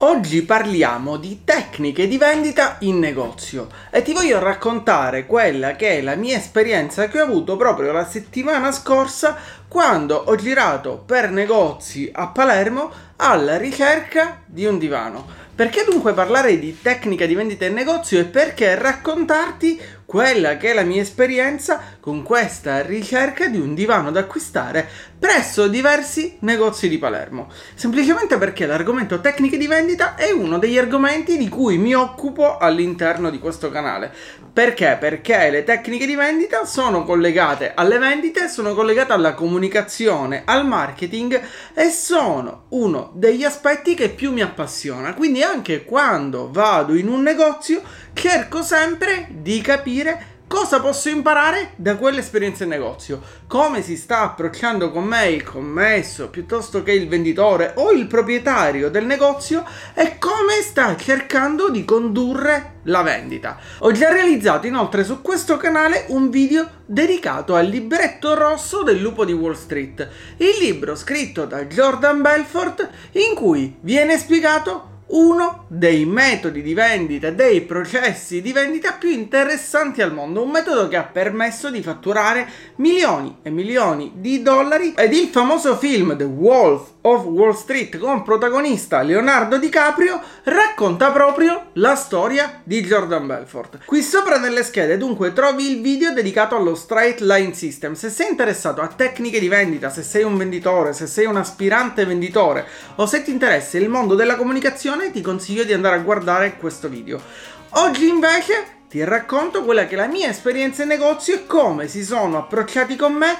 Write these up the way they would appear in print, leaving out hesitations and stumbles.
Oggi parliamo di tecniche di vendita in negozio e ti voglio raccontare quella che è la mia esperienza che ho avuto proprio la settimana scorsa quando ho girato per negozi a Palermo alla ricerca di un divano. Perché dunque parlare di tecnica di vendita in negozio e perché raccontarti quella che è la mia esperienza con questa ricerca di un divano da acquistare presso diversi negozi di Palermo. Semplicemente perché l'argomento tecniche di vendita è uno degli argomenti di cui mi occupo all'interno di questo canale. Perché? Perché le tecniche di vendita sono collegate alle vendite, sono collegate alla comunicazione, al marketing e sono uno degli aspetti che più mi appassiona. Quindi anche quando vado in un negozio cerco sempre di capire cosa posso imparare da quell'esperienza in negozio, come si sta approcciando con me il commesso piuttosto che il venditore o il proprietario del negozio e come sta cercando di condurre la vendita. Ho già realizzato inoltre su questo canale un video dedicato al libretto rosso del lupo di Wall Street, il libro scritto da Jordan Belfort in cui viene spiegato uno dei metodi di vendita, dei processi di vendita più interessanti al mondo, un metodo che ha permesso di fatturare milioni e milioni di dollari ed il famoso film The Wolf of Wall Street con protagonista Leonardo DiCaprio racconta proprio la storia di Jordan Belfort. Qui sopra nelle schede dunque trovi il video dedicato allo Straight Line System. Se sei interessato a tecniche di vendita, se sei un venditore, se sei un aspirante venditore o se ti interessa il mondo della comunicazione, ti consiglio di andare a guardare questo video. Oggi invece ti racconto quella che è la mia esperienza in negozio e come si sono approcciati con me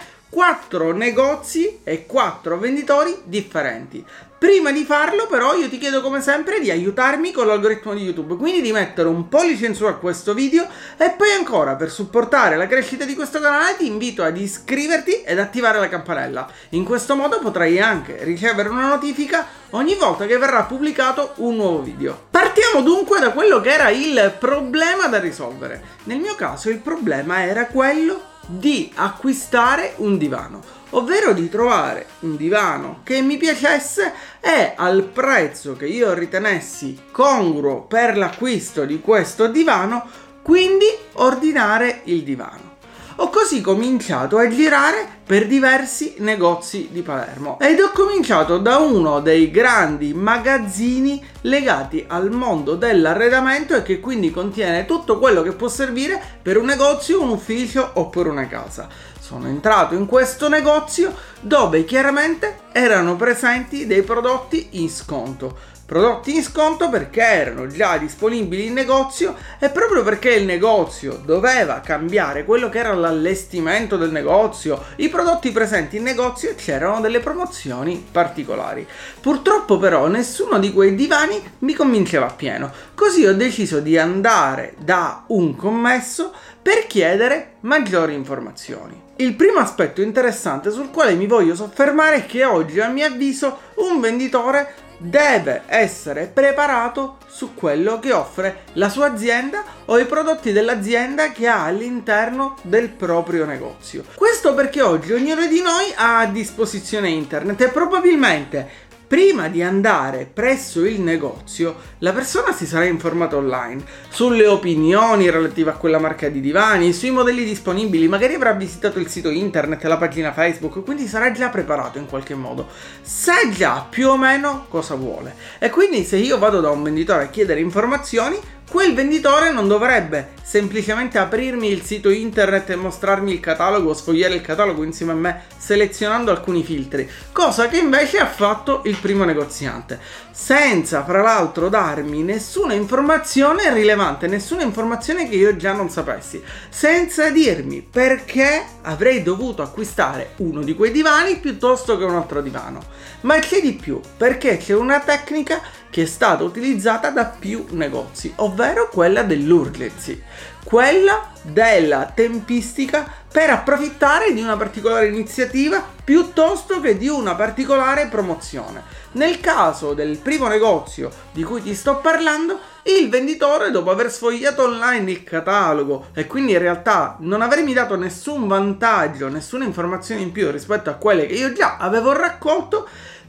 4 negozi e 4 venditori differenti. Prima di farlo però io ti chiedo come sempre di aiutarmi con l'algoritmo di YouTube, quindi di mettere un pollice in su a questo video e poi ancora per supportare la crescita di questo canale ti invito ad iscriverti ed attivare la campanella. In questo modo potrai anche ricevere una notifica ogni volta che verrà pubblicato un nuovo video. Partiamo dunque da quello che era il problema da risolvere. Nel mio caso il problema era quello di acquistare un divano, ovvero di trovare un divano che mi piacesse e al prezzo che io ritenessi congruo per l'acquisto di questo divano, quindi ordinare il divano. Ho così cominciato a girare per diversi negozi di Palermo ed ho cominciato da uno dei grandi magazzini legati al mondo dell'arredamento e che quindi contiene tutto quello che può servire per un negozio, un ufficio o per una casa. Sono entrato in questo negozio dove chiaramente erano presenti dei prodotti in sconto. Prodotti in sconto perché erano già disponibili in negozio e proprio perché il negozio doveva cambiare quello che era l'allestimento del negozio, i prodotti presenti in negozio, c'erano delle promozioni particolari. Purtroppo però nessuno di quei divani mi convinceva appieno, così ho deciso di andare da un commesso per chiedere maggiori informazioni. Il primo aspetto interessante sul quale mi voglio soffermare è che oggi, a mio avviso, un venditore deve essere preparato su quello che offre la sua azienda o i prodotti dell'azienda che ha all'interno del proprio negozio. Questo perché oggi ognuno di noi ha a disposizione internet e probabilmente prima di andare presso il negozio, la persona si sarà informata online sulle opinioni relative a quella marca di divani, sui modelli disponibili, magari avrà visitato il sito internet e la pagina Facebook, quindi sarà già preparato in qualche modo, sa già più o meno cosa vuole. E quindi se io vado da un venditore a chiedere informazioni, quel venditore non dovrebbe semplicemente aprirmi il sito internet e mostrarmi il catalogo o sfogliare il catalogo insieme a me selezionando alcuni filtri, cosa che invece ha fatto il primo negoziante, senza fra l'altro darmi nessuna informazione rilevante, nessuna informazione che io già non sapessi, senza dirmi perché avrei dovuto acquistare uno di quei divani piuttosto che un altro divano. Ma c'è di più, perché c'è una tecnica che è stata utilizzata da più negozi, ovvero quella dell'urgency, quella della tempistica per approfittare di una particolare iniziativa piuttosto che di una particolare promozione. Nel caso del primo negozio di cui ti sto parlando, il venditore, dopo aver sfogliato online il catalogo e quindi in realtà non avermi dato nessun vantaggio, nessuna informazione in più rispetto a quelle che io già avevo raccolto,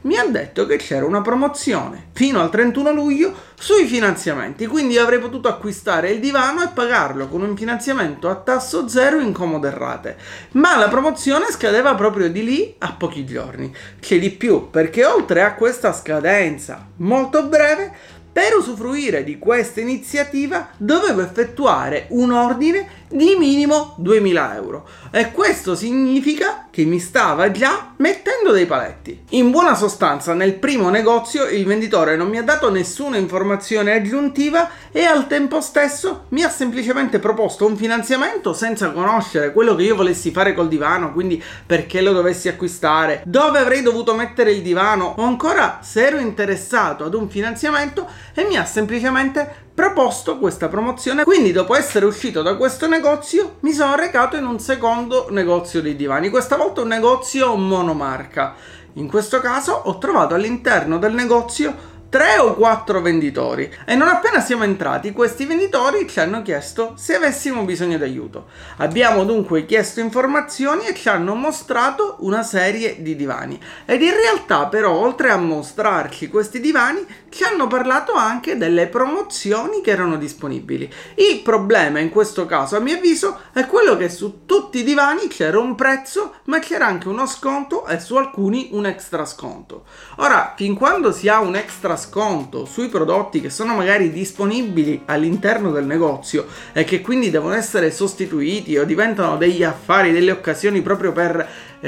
mi ha detto che c'era una promozione fino al 31 luglio sui finanziamenti, quindi avrei potuto acquistare il divano e pagarlo con un finanziamento a tasso zero in comode rate, ma la promozione scadeva proprio di lì a pochi giorni. C'è di più, perché oltre a questa scadenza molto breve, per usufruire di questa iniziativa dovevo effettuare un ordine di minimo 2000 euro e questo significa che mi stava già mettendo dei paletti. In buona sostanza, nel primo negozio il venditore non mi ha dato nessuna informazione aggiuntiva e al tempo stesso mi ha semplicemente proposto un finanziamento senza conoscere quello che io volessi fare col divano, quindi perché lo dovessi acquistare, dove avrei dovuto mettere il divano o ancora se ero interessato ad un finanziamento, e mi ha semplicemente proposto questa promozione. Quindi dopo essere uscito da questo negozio mi sono recato in un secondo negozio di divani, questa volta un negozio monomarca. In questo caso ho trovato all'interno del negozio 3 o 4 venditori e non appena siamo entrati questi venditori ci hanno chiesto se avessimo bisogno di aiuto. Abbiamo dunque chiesto informazioni e ci hanno mostrato una serie di divani ed in realtà però oltre a mostrarci questi divani ci hanno parlato anche delle promozioni che erano disponibili. Il problema in questo caso a mio avviso è quello che su tutti i divani c'era un prezzo ma c'era anche uno sconto e su alcuni un extra sconto. Ora, fin quando si ha un extra sconto sui prodotti che sono magari disponibili all'interno del negozio e che quindi devono essere sostituiti o diventano degli affari, delle occasioni proprio per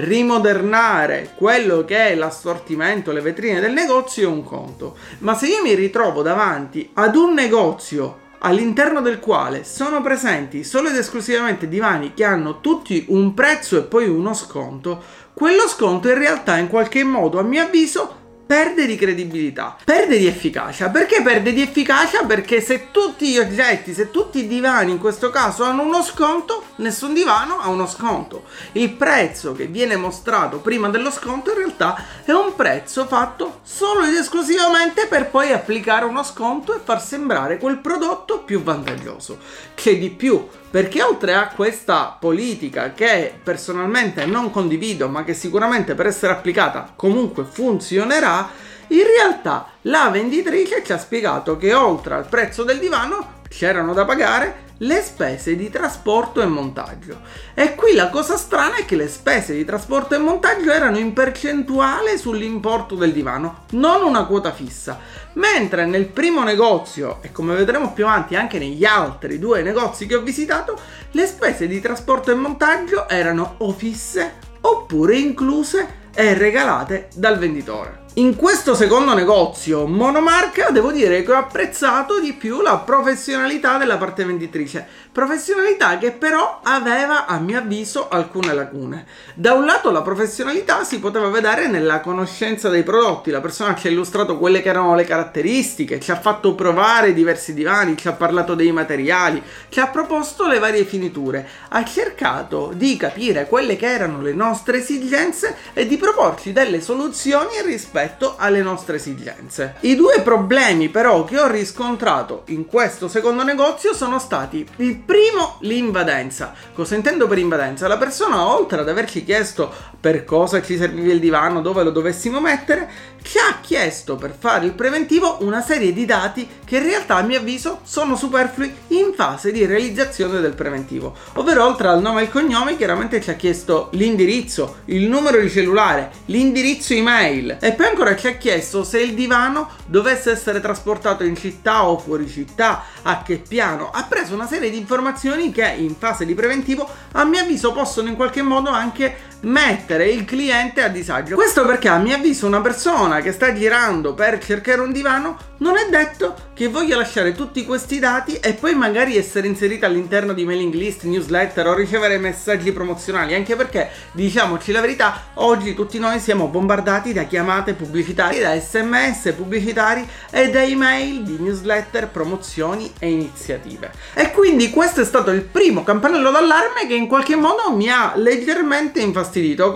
rimodernare quello che è l'assortimento, le vetrine del negozio, è un conto. Ma se io mi ritrovo davanti ad un negozio all'interno del quale sono presenti solo ed esclusivamente divani che hanno tutti un prezzo e poi uno sconto, quello sconto in realtà in qualche modo a mio avviso perde di credibilità, perde di efficacia. Perché perde di efficacia? Perché se tutti gli oggetti, se tutti i divani in questo caso hanno uno sconto, nessun divano ha uno sconto. Il prezzo che viene mostrato prima dello sconto in realtà è un prezzo fatto solo ed esclusivamente per poi applicare uno sconto e far sembrare quel prodotto più vantaggioso. C'è di più, perché oltre a questa politica che personalmente non condivido ma che sicuramente per essere applicata comunque funzionerà, in realtà la venditrice ci ha spiegato che oltre al prezzo del divano c'erano da pagare le spese di trasporto e montaggio. E qui la cosa strana è che le spese di trasporto e montaggio erano in percentuale sull'importo del divano, non una quota fissa. Mentre nel primo negozio, e come vedremo più avanti anche negli altri 2 negozi che ho visitato, le spese di trasporto e montaggio erano o fisse oppure incluse e regalate dal venditore. In questo secondo negozio monomarca devo dire che ho apprezzato di più la professionalità della parte venditrice, professionalità che però aveva a mio avviso alcune lacune. Da un lato la professionalità si poteva vedere nella conoscenza dei prodotti, la persona ci ha illustrato quelle che erano le caratteristiche, ci ha fatto provare diversi divani, ci ha parlato dei materiali, ci ha proposto le varie finiture, ha cercato di capire quelle che erano le nostre esigenze e di proporci delle soluzioni rispetto alle nostre esigenze. I 2 problemi però che ho riscontrato in questo secondo negozio sono stati: il primo, l'invadenza. Cosa intendo per invadenza? La persona, oltre ad averci chiesto per cosa ci serviva il divano, dove lo dovessimo mettere, ci ha chiesto per fare il preventivo una serie di dati che in realtà a mio avviso sono superflui in fase di realizzazione del preventivo, ovvero oltre al nome e il cognome chiaramente ci ha chiesto l'indirizzo, il numero di cellulare, l'indirizzo email e poi ancora ci ha chiesto se il divano dovesse essere trasportato in città o fuori città, a che piano. Ha preso una serie di informazioni che in fase di preventivo a mio avviso possono in qualche modo anche mettere il cliente a disagio. Questo perché a mio avviso una persona che sta girando per cercare un divano non è detto che voglia lasciare tutti questi dati e poi magari essere inserita all'interno di mailing list, newsletter o ricevere messaggi promozionali, anche perché, diciamoci la verità, oggi tutti noi siamo bombardati da chiamate pubblicitarie, da sms pubblicitari e da email di newsletter, promozioni e iniziative. E quindi questo è stato il primo campanello d'allarme che in qualche modo mi ha leggermente infastidito.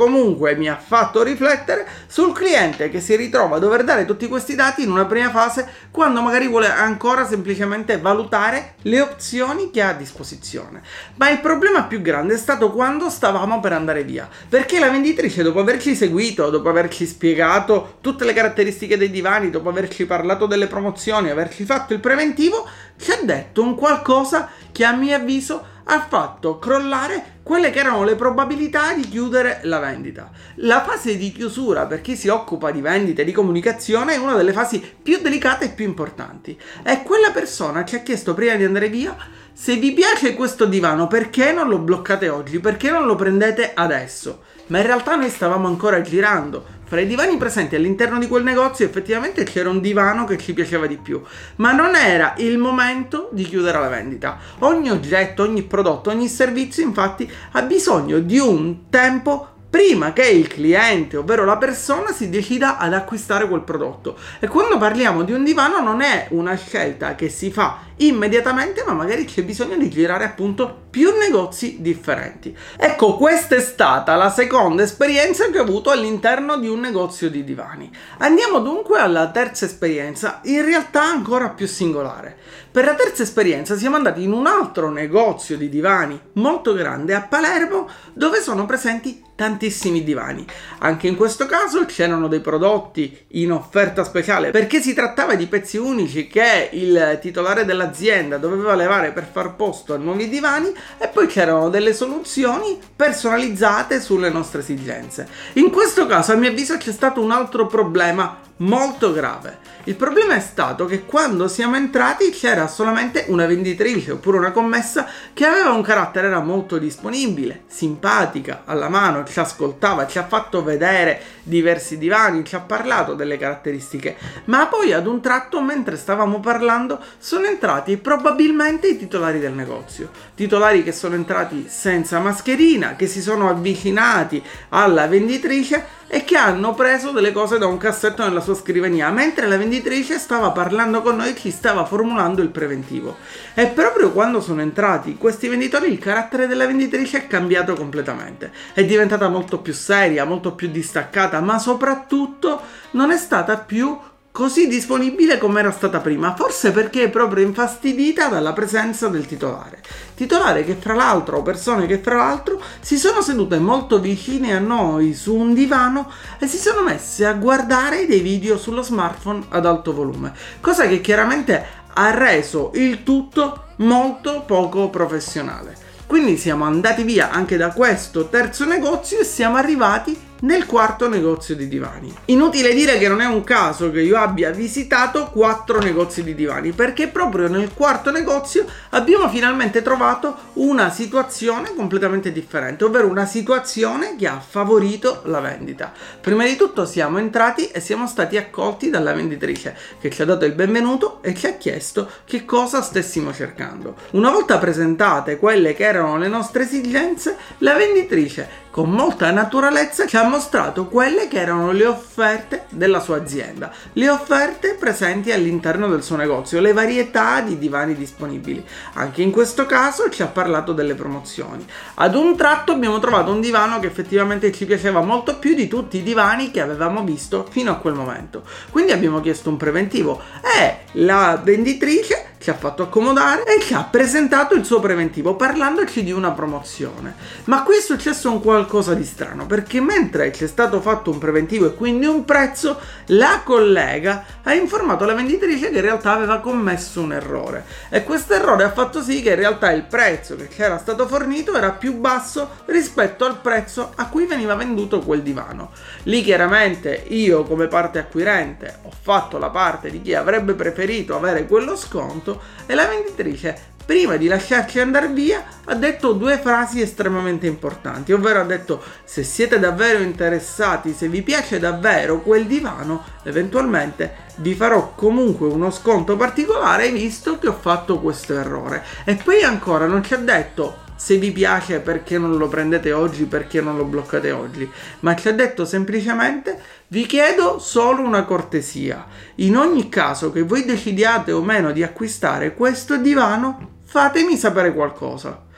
comunque mi ha fatto riflettere sul cliente che si ritrova a dover dare tutti questi dati in una prima fase, quando magari vuole ancora semplicemente valutare le opzioni che ha a disposizione. Ma il problema più grande è stato quando stavamo per andare via, perché la venditrice, dopo averci seguito, dopo averci spiegato tutte le caratteristiche dei divani, dopo averci parlato delle promozioni, averci fatto il preventivo, ci ha detto un qualcosa che a mio avviso ha fatto crollare quelle che erano le probabilità di chiudere la vendita. La fase di chiusura per chi si occupa di vendite e di comunicazione è una delle fasi più delicate e più importanti. E quella persona ci ha chiesto prima di andare via: se vi piace questo divano, perché non lo bloccate oggi? Perché non lo prendete adesso? Ma in realtà noi stavamo ancora girando. Fra i divani presenti all'interno di quel negozio effettivamente c'era un divano che ci piaceva di più, ma non era il momento di chiudere la vendita. Ogni oggetto, ogni prodotto, ogni servizio infatti ha bisogno di un tempo prima che il cliente, ovvero la persona, si decida ad acquistare quel prodotto. E quando parliamo di un divano non è una scelta che si fa immediatamente, ma magari c'è bisogno di girare appunto più negozi differenti. Ecco, questa è stata la seconda esperienza che ho avuto all'interno di un negozio di divani. Andiamo dunque alla terza esperienza, in realtà ancora più singolare. Per la terza esperienza siamo andati in un altro negozio di divani molto grande a Palermo, dove sono presenti tantissimi divani. Anche in questo caso c'erano dei prodotti in offerta speciale, perché si trattava di pezzi unici che il titolare dell'azienda doveva levare per far posto a nuovi divani, e poi c'erano delle soluzioni personalizzate sulle nostre esigenze. In questo caso, a mio avviso, c'è stato un altro problema molto grave. Il problema è stato che quando siamo entrati c'era solamente una venditrice oppure una commessa che aveva un carattere, era molto disponibile, simpatica, alla mano, ci ascoltava, ci ha fatto vedere diversi divani, ci ha parlato delle caratteristiche, ma poi ad un tratto, mentre stavamo parlando, sono entrati probabilmente i titolari del negozio, titolari che sono entrati senza mascherina, che si sono avvicinati alla venditrice e che hanno preso delle cose da un cassetto nella sua scrivania, mentre la venditrice stava parlando con noi e ci stava formulando il preventivo. E proprio quando sono entrati questi venditori, il carattere della venditrice è cambiato completamente. È diventata molto più seria, molto più distaccata, ma soprattutto non è stata più così disponibile come era stata prima, forse perché è proprio infastidita dalla presenza del titolare che fra l'altro, o persone che fra l'altro si sono sedute molto vicine a noi su un divano e si sono messe a guardare dei video sullo smartphone ad alto volume, cosa che chiaramente ha reso il tutto molto poco professionale. Quindi siamo andati via anche da questo terzo negozio e siamo arrivati nel quarto negozio di divani. Inutile dire che non è un caso che io abbia visitato 4 negozi di divani, perché proprio nel quarto negozio abbiamo finalmente trovato una situazione completamente differente, ovvero una situazione che ha favorito la vendita. Prima di tutto siamo entrati e siamo stati accolti dalla venditrice, che ci ha dato il benvenuto e ci ha chiesto che cosa stessimo cercando. Una volta presentate quelle che erano le nostre esigenze, la venditrice con molta naturalezza ci ha mostrato quelle che erano le offerte della sua azienda, le offerte presenti all'interno del suo negozio, le varietà di divani disponibili. Anche in questo caso ci ha parlato delle promozioni. Ad un tratto abbiamo trovato un divano che effettivamente ci piaceva molto più di tutti i divani che avevamo visto fino a quel momento. Quindi abbiamo chiesto un preventivo e la venditrice ci ha fatto accomodare e ci ha presentato il suo preventivo parlandoci di una promozione. Ma qui è successo un qualcosa di strano, perché mentre ci è stato fatto un preventivo e quindi un prezzo, la collega ha informato la venditrice che in realtà aveva commesso un errore, e questo errore ha fatto sì che in realtà il prezzo che ci era stato fornito era più basso rispetto al prezzo a cui veniva venduto quel divano. Lì chiaramente io, come parte acquirente, ho fatto la parte di chi avrebbe preferito avere quello sconto, e la venditrice, prima di lasciarci andare via, ha detto 2 frasi estremamente importanti, ovvero ha detto: se siete davvero interessati, se vi piace davvero quel divano, eventualmente vi farò comunque uno sconto particolare visto che ho fatto questo errore. E poi ancora non ci ha detto se vi piace perché non lo prendete oggi, perché non lo bloccate oggi, ma ci ha detto semplicemente: vi chiedo solo una cortesia, in ogni caso che voi decidiate o meno di acquistare questo divano, fatemi sapere qualcosa.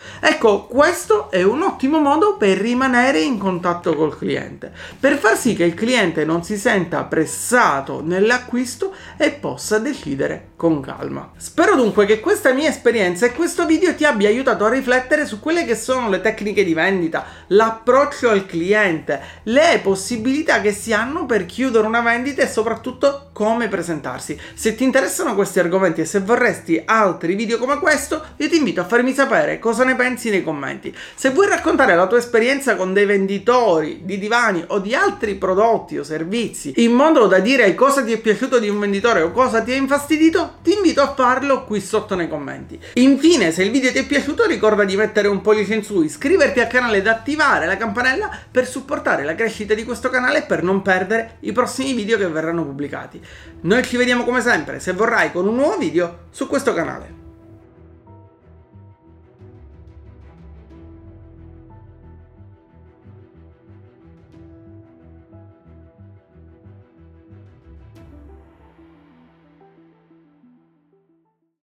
Ecco, questo è un ottimo modo per rimanere in contatto col cliente, per far sì che il cliente non si senta pressato nell'acquisto e possa decidere con calma. Spero dunque che questa mia esperienza e questo video ti abbia aiutato a riflettere su quelle che sono le tecniche di vendita, l'approccio al cliente, le possibilità che si hanno per chiudere una vendita e soprattutto come presentarsi. Se ti interessano questi argomenti e se vorresti altri video come questo, io ti invito a farmi sapere cosa ne pensi nei commenti. Se vuoi raccontare la tua esperienza con dei venditori di divani o di altri prodotti o servizi, in modo da dire cosa ti è piaciuto di un venditore o cosa ti ha infastidito, ti invito a farlo qui sotto nei commenti. Infine, se il video ti è piaciuto, ricorda di mettere un pollice in su, iscriverti al canale ed attivare la campanella per supportare la crescita di questo canale e per non perdere i prossimi video che verranno pubblicati. Noi ci vediamo come sempre, se vorrai, con un nuovo video su questo canale.